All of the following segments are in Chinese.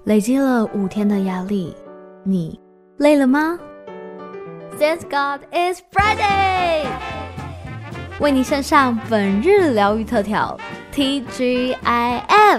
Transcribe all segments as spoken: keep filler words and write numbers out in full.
累积了五天的压力，你累了吗？ Thank God it's Friday！ 为你献上本日疗愈特调 T G I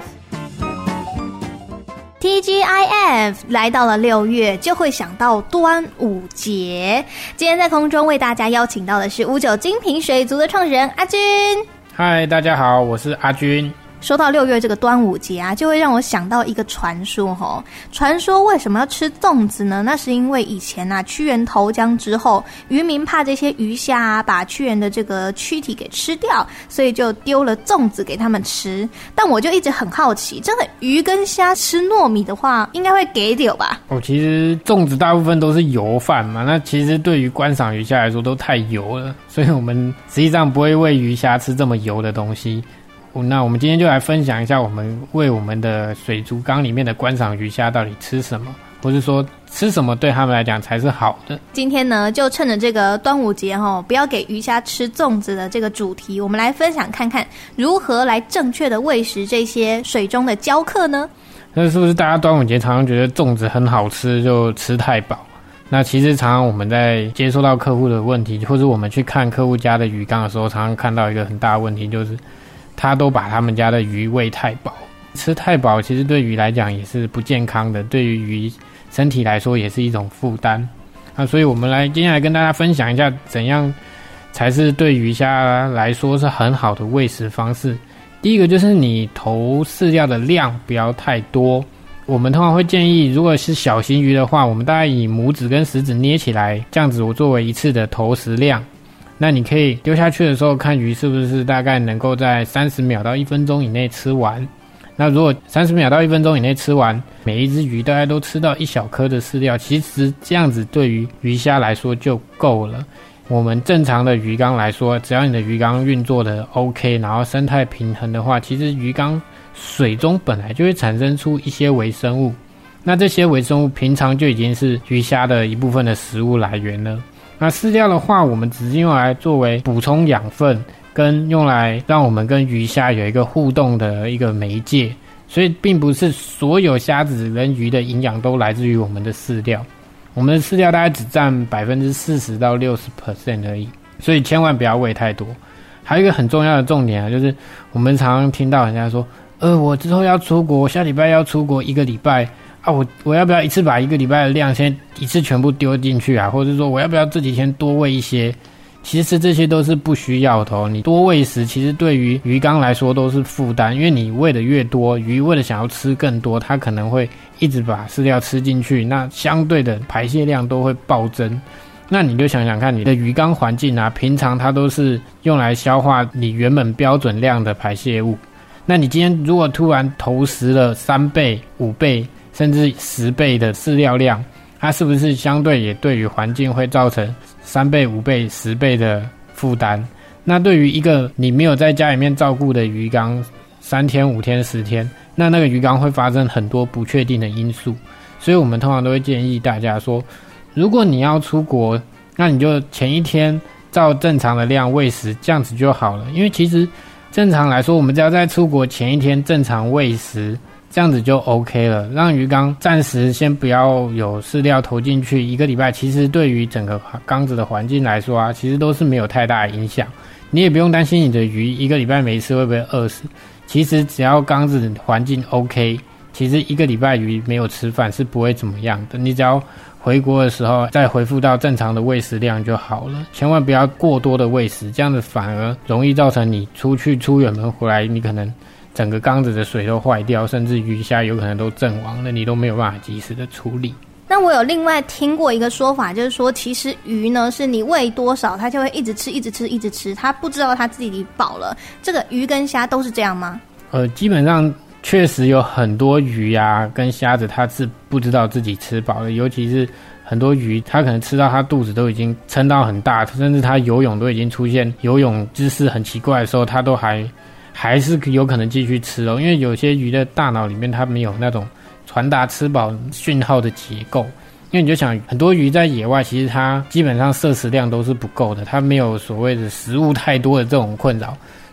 F。T G I F 来到了六月，就会想到端午节。今天在空中为大家邀请到的是五九精品水族的创始人阿君。 嗨，大家好，我是阿君。 说到六月这个端午节啊，就会让我想到一个传说吼。传说为什么要吃粽子呢？那是因为以前啊，屈原投江之后，渔民怕这些鱼虾啊把屈原的这个躯体给吃掉，所以就丢了粽子给他们吃。但我就一直很好奇，真的鱼跟虾吃糯米的话，应该会给丢吧？ 哦，其实粽子大部分都是油饭嘛，那其实对于观赏鱼虾来说都太油了，所以我们实际上不会喂鱼虾吃这么油的东西。那我们今天就来分享一下我们为我们的水族缸里面的观赏鱼虾到底吃什么，或是说吃什么对他们来讲才是好的。 今天呢，就趁着这个端午节齁，不要给鱼虾吃粽子的这个主题，我们来分享看看如何来正确的喂食这些水中的鲛客呢？ 那是不是大家端午节常常觉得粽子很好吃就吃太饱？那其实常常我们在接收到客户的问题，或者我们去看客户家的鱼缸的时候，常常看到一个很大的问题，就是他都把他们家的鱼喂太饱，吃太饱其实对鱼来讲也是不健康的，对于鱼身体来说也是一种负担。那所以我们来接下来跟大家分享一下怎样才是对鱼虾来说是很好的喂食方式。第一个就是你投饲料的量不要太多，我们通常会建议如果是小型鱼的话，我们大概以拇指跟食指捏起来，这样子我作为一次的投食量。那你可以丢下去的时候看鱼是不是大概能够在三十秒到一分钟以内吃完。那如果三十秒到一分钟以内吃完，每一只鱼大概都吃到一小颗的饲料，其实这样子对于鱼虾来说就够了。我们正常的鱼缸来说，只要你的鱼缸运作的 OK， 然后生态平衡的话，其实鱼缸水中本来就会产生出一些微生物，那这些微生物平常就已经是鱼虾的一部分的食物来源了。那饲料的话，我们只是用来作为补充养分，跟用来让我们跟鱼虾有一个互动的一个媒介，所以并不是所有虾子跟鱼的营养都来自于我们的饲料。我们的饲料大概只占 百分之四十到百分之六十 而已，所以千万不要喂太多。还有一个很重要的重点啊，就是我们常常听到人家说，呃，我之后要出国，下礼拜要出国一个礼拜啊，我我要不要一次把一个礼拜的量先一次全部丢进去啊？或者说我要不要这几天多喂一些？其实这些都是不需要的哦。你多喂食，其实对于鱼缸来说都是负担，因为你喂的越多，鱼为了想要吃更多，它可能会一直把饲料吃进去，那相对的排泄量都会暴增。那你就想想看，你的鱼缸环境啊，平常它都是用来消化你原本标准量的排泄物，那你今天如果突然投食了三倍、五倍甚至十倍的饲料量，它是不是相对也对于环境会造成三倍、五倍、十倍的负担？那对于一个你没有在家里面照顾的鱼缸，三天、五天、十天，那那个鱼缸会发生很多不确定的因素。所以我们通常都会建议大家说，如果你要出国，那你就前一天照正常的量喂食，这样子就好了。因为其实正常来说，我们只要在出国前一天正常喂食，这样子就 OK 了，让鱼缸暂时先不要有饲料投进去一个礼拜，其实对于整个缸子的环境来说啊，其实都是没有太大的影响。你也不用担心你的鱼一个礼拜没吃会不会饿死，其实只要缸子环境 OK， 其实一个礼拜鱼没有吃饭是不会怎么样的，你只要回国的时候再恢复到正常的喂食量就好了，千万不要过多的喂食，这样子反而容易造成你出去出远门回来，你可能整个缸子的水都坏掉，甚至鱼虾有可能都阵亡了，你都没有办法及时的处理。 那我有另外听过一个说法，就是说其实鱼呢是你喂多少它就会一直吃一直吃一直吃，它不知道它自己饱了。这个鱼跟虾都是这样吗？ 呃，基本上确实有很多鱼啊跟虾子它是不知道自己吃饱了，尤其是很多鱼它可能吃到它肚子都已经撑到很大，甚至它游泳都已经出现游泳姿势很奇怪的时候，它都还还是有可能继续吃哦。因为有些鱼的大脑里面它没有那种传达吃饱讯号的结构，因为你就想很多鱼在野外其实它基本上摄食量都是不够的，它没有所谓的食物太多的这种困扰，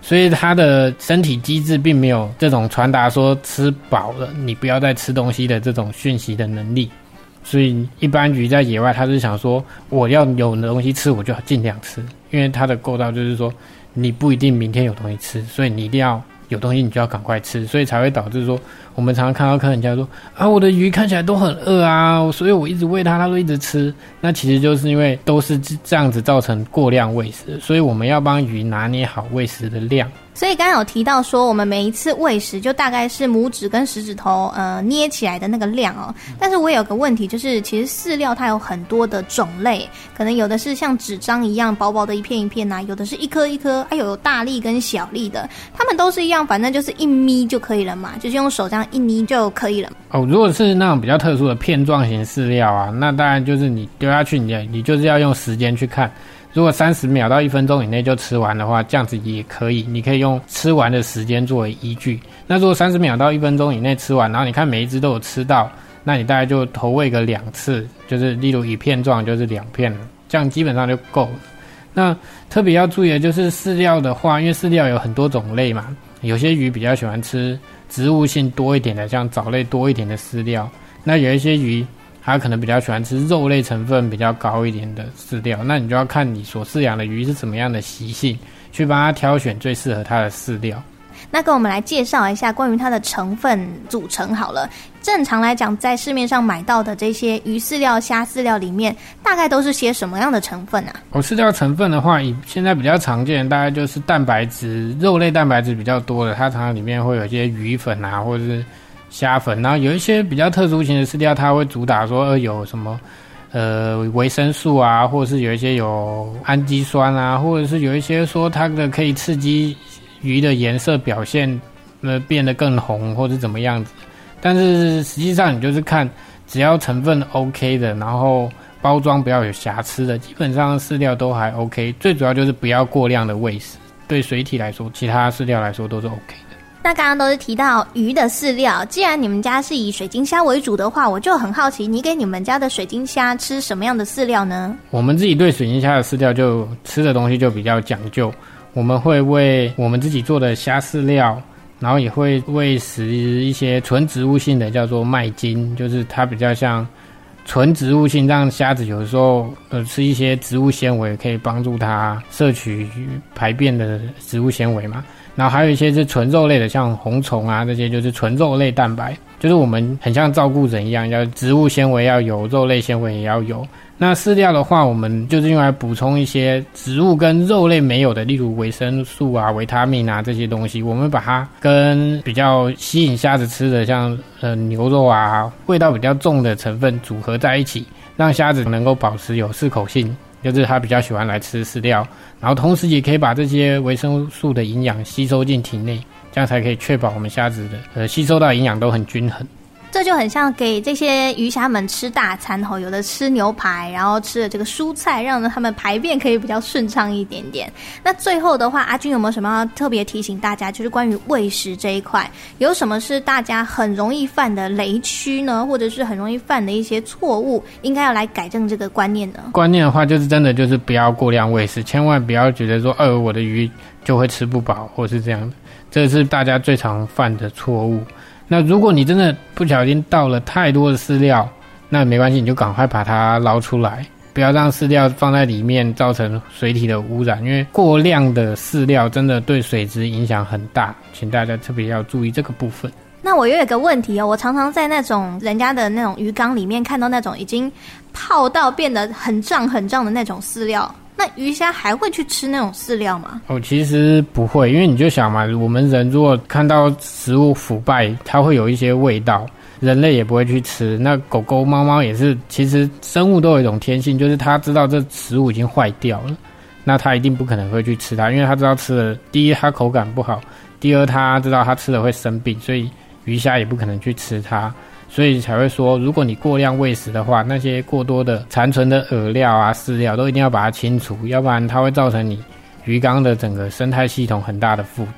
所以它的身体机制并没有这种传达说吃饱了你不要再吃东西的这种讯息的能力。所以一般鱼在野外它是想说我要有东西吃我就尽量吃，因为它的构造就是说你不一定明天有东西吃，所以你一定要有东西你就要赶快吃，所以才会导致说我们常常看到客人家说啊我的鱼看起来都很饿啊，所以我一直喂它它都一直吃，那其实就是因为都是这样子造成过量喂食，所以我们要帮鱼拿捏好喂食的量。 所以刚刚有提到说我们每一次喂食就大概是拇指跟食指头呃捏起来的那个量哦，但是我也有个问题，就是其实饲料它有很多的种类，可能有的是像纸张一样薄薄的一片一片啊，有的是一颗一颗，还有有大粒跟小粒的，它们都是一样，反正就是一咪就可以了嘛，就是用手这样一捏就可以了哦。如果是那种比较特殊的片状型饲料啊，那当然就是你丢下去你你就是要用时间去看，如果三十秒到一分钟以内就吃完的话，这样子也可以，你可以用吃完的时间作为依据。那如果三十秒到一分钟以内吃完，然后你看每一只都有吃到，那你大概就投喂个两次，就是例如一片状就是两片了，这样基本上就够了。那特别要注意的就是饲料的话，因为饲料有很多种类嘛，有些鱼比较喜欢吃植物性多一点的，像藻类多一点的饲料，那有一些鱼它可能比较喜欢吃肉类成分比较高一点的饲料，那你就要看你所饲养的鱼是怎么样的习性，去帮它挑选最适合它的饲料。 那跟我们来介绍一下关于它的成分组成好了。正常来讲，在市面上买到的这些鱼饲料、虾饲料里面，大概都是些什么样的成分啊？ 我饲料成分的话，以现在比较常见的大概就是蛋白质，肉类蛋白质比较多的，它常常里面会有一些鱼粉啊，或者是虾粉，然后有一些比较特殊型的饲料，它会主打说呃有什么呃维生素啊，或者是有一些有氨基酸啊，或者是有一些说它的可以刺激鱼的颜色表现呃变得更红或者怎么样子。但是实际上你就是看只要成分 OK 的，然后包装不要有瑕疵的，基本上饲料都还 OK， 最主要就是不要过量的喂食，对水体来说其他饲料来说都是 OK 的。 那刚刚都是提到鱼的饲料，既然你们家是以水晶虾为主的话，我就很好奇，你给你们家的水晶虾吃什么样的饲料呢？ 我们自己对水晶虾的饲料就吃的东西就比较讲究，我们会喂我们自己做的虾饲料，然后也会喂食一些纯植物性的，叫做麦精，就是它比较像纯植物性，让虾子有的时候呃吃一些植物纤维，可以帮助它摄取排便的植物纤维嘛。然后还有一些是纯肉类的，像红虫啊这些就是纯肉类蛋白，就是我们很像照顾人一样，要植物纤维要有，肉类纤维也要有。那饲料的话，我们就是用来补充一些植物跟肉类没有的，例如维生素啊、维他命啊这些东西，我们把它跟比较吸引虾子吃的，像呃牛肉啊，味道比较重的成分组合在一起，让虾子能够保持有适口性，就是它比较喜欢来吃饲料，然后同时也可以把这些维生素的营养吸收进体内，这样才可以确保我们虾子的呃吸收到营养都很均衡。 这就很像给这些鱼虾们吃大餐吼，有的吃牛排，然后吃了这个蔬菜，让他们排便可以比较顺畅一点点。那最后的话，阿君有没有什么要特别提醒大家，就是关于喂食这一块，有什么是大家很容易犯的雷区呢？或者是很容易犯的一些错误，应该要来改正这个观念呢？ 观念的话，就是真的就是不要过量喂食，千万不要觉得说，呃，我的鱼就会吃不饱，或是这样的，这是大家最常犯的错误。那如果你真的不小心倒了太多的饲料，那没关系，你就赶快把它捞出来，不要让饲料放在里面造成水体的污染，因为过量的饲料真的对水质影响很大，请大家特别要注意这个部分。 那我又有一个问题哦，我常常在那种人家的那种鱼缸里面看到那种已经泡到变得很胀很胀的那种饲料，那鱼虾还会去吃那种饲料吗？哦， 其实不会，因为你就想嘛，我们人如果看到食物腐败，它会有一些味道，人类也不会去吃。那狗狗、猫猫也是，其实生物都有一种天性，就是它知道这食物已经坏掉了，那它一定不可能会去吃它，因为它知道吃了，第一它口感不好，第二它知道它吃了会生病，所以鱼虾也不可能去吃它。所以才会说，如果你过量喂食的话，那些过多的残存的饵料啊、饲料都一定要把它清除，要不然它会造成你鱼缸的整个生态系统很大的负担。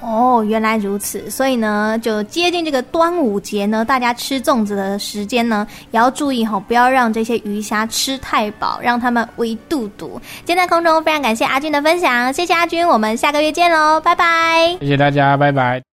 哦，原来如此，所以呢，就接近这个端午节呢，大家吃粽子的时间呢，也要注意哈，不要让这些鱼虾吃太饱，让他们胃肚肚。今天在空中非常感谢阿军的分享，谢谢阿军，我们下个月见喽，拜拜。 谢谢大家，拜拜。